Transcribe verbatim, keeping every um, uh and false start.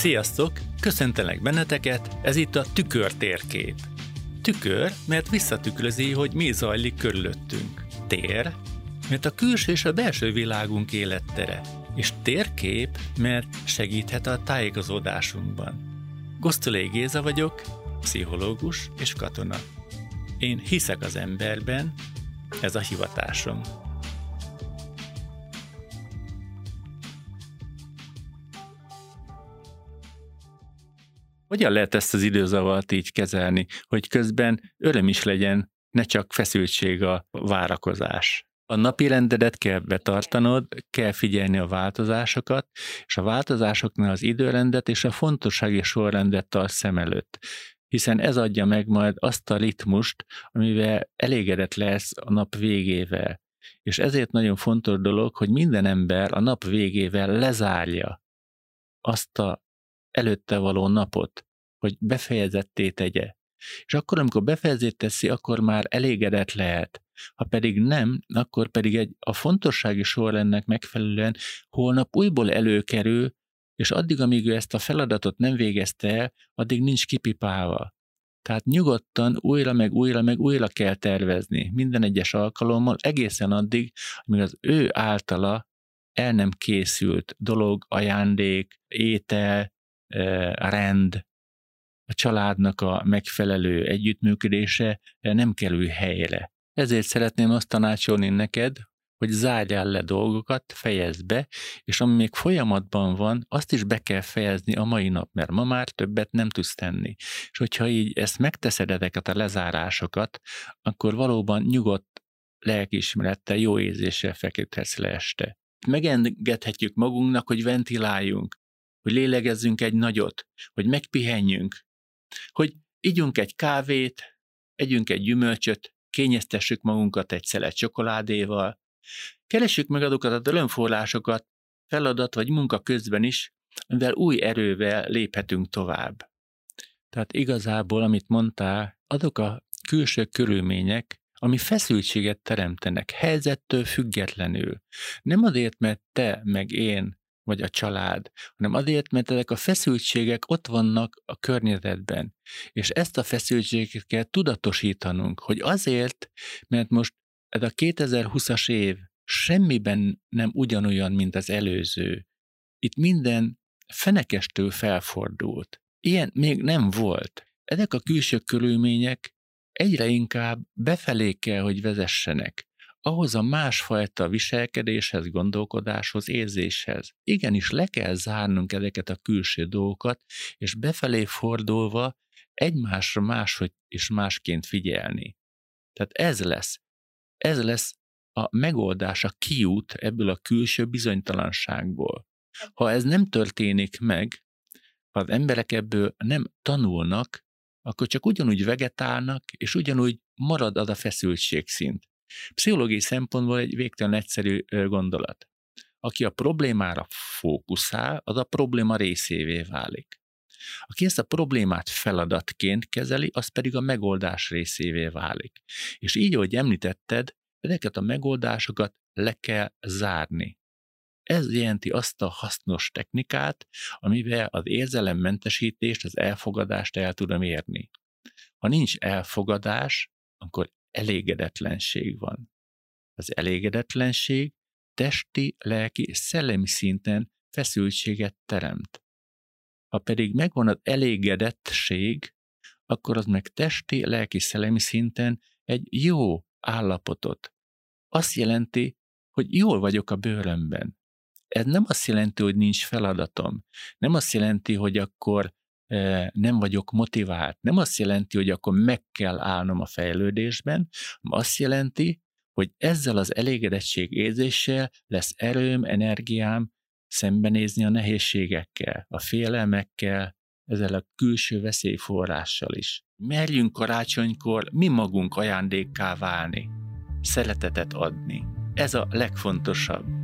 Sziasztok! Köszöntelek benneteket, ez itt a tükörtérkép. Tükör, mert visszatükrözi, hogy mi zajlik körülöttünk. Tér, mert a külső és a belső világunk élettere. És térkép, mert segíthet a tájékozódásunkban. Gosztolay Géza vagyok, pszichológus és katona. Én hiszek az emberben, ez a hivatásom. Hogyan lehet ezt az időzavart így kezelni, hogy közben öröm is legyen, ne csak feszültség a várakozás? A napi rendedet kell betartanod, kell figyelni a változásokat, és a változásoknál az időrendet és a fontossági sorrendet tart szem előtt, hiszen ez adja meg majd azt a ritmust, amivel elégedett lesz a nap végével. És ezért nagyon fontos dolog, hogy minden ember a nap végével lezárja azt a előtte való napot, hogy befejezetté tegye. És akkor, amikor befejezét teszi, akkor már elégedett lehet. Ha pedig nem, akkor pedig egy, a fontossági sorrendnek megfelelően holnap újból előkerül, és addig, amíg ő ezt a feladatot nem végezte el, addig nincs kipipálva. Tehát nyugodtan újra meg újra meg újra kell tervezni minden egyes alkalommal, egészen addig, amíg az ő általa el nem készült dolog, ajándék, étel, rend, a családnak a megfelelő együttműködése nem kerül helyre. Ezért szeretném azt tanácsolni neked, hogy zárjál le dolgokat, fejezd be, és ami még folyamatban van, azt is be kell fejezni a mai nap, mert ma már többet nem tudsz tenni. És hogyha így ezt megteszed, ezeket a lezárásokat, akkor valóban nyugodt lelkiismerettel, jó érzéssel feküdhetsz le este. Megengedhetjük magunknak, hogy ventiláljunk, hogy lélegezzünk egy nagyot, hogy megpihenjünk, hogy igyunk egy kávét, együnk egy gyümölcsöt, kényeztessük magunkat egy szelet csokoládéval, keressük meg azokat a örömforrásokat feladat vagy munka közben is, amivel új erővel léphetünk tovább. Tehát igazából, amit mondtál, azok a külső körülmények, ami feszültséget teremtenek, helyzettől függetlenül. Nem azért, mert te meg én, vagy a család, hanem azért, mert ezek a feszültségek ott vannak a környezetben. És ezt a feszültséget kell tudatosítanunk, hogy azért, mert most ez a kétezer-húszas év semmiben nem ugyanolyan, mint az előző. Itt minden fenekestől felfordult. Ilyen még nem volt. Ezek a külső körülmények egyre inkább befelé kell, hogy vezessenek. Ahhoz a másfajta viselkedéshez, gondolkodáshoz, érzéshez. Igenis le kell zárnunk ezeket a külső dolgokat, és befelé fordulva egymásra máshogy és másként figyelni. Tehát ez lesz. Ez lesz a megoldás, a kiút ebből a külső bizonytalanságból. Ha ez nem történik meg, ha az emberek ebből nem tanulnak, akkor csak ugyanúgy vegetálnak, és ugyanúgy marad az a feszültségszint. Pszichológiai szempontból egy végtelen egyszerű gondolat. Aki a problémára fókuszál, az a probléma részévé válik. Aki ezt a problémát feladatként kezeli, az pedig a megoldás részévé válik. És így, ahogy említetted, ezeket a megoldásokat le kell zárni. Ez jelenti azt a hasznos technikát, amivel az érzelemmentesítést, az elfogadást el tudom érni. Ha nincs elfogadás, akkor elégedetlenség van. Az elégedetlenség testi, lelki és szellemi szinten feszültséget teremt. Ha pedig megvan az elégedettség, akkor az meg testi, lelki, szellemi szinten egy jó állapotot. Azt jelenti, hogy jól vagyok a bőrömben. Ez nem azt jelenti, hogy nincs feladatom. Nem azt jelenti, hogy akkor nem vagyok motivált. Nem azt jelenti, hogy akkor meg kell állnom a fejlődésben, hanem azt jelenti, hogy ezzel az elégedettség érzéssel lesz erőm, energiám szembenézni a nehézségekkel, a félelmekkel, ezzel a külső veszélyforrással is. Merjünk karácsonykor mi magunk ajándékká válni, szeretetet adni. Ez a legfontosabb.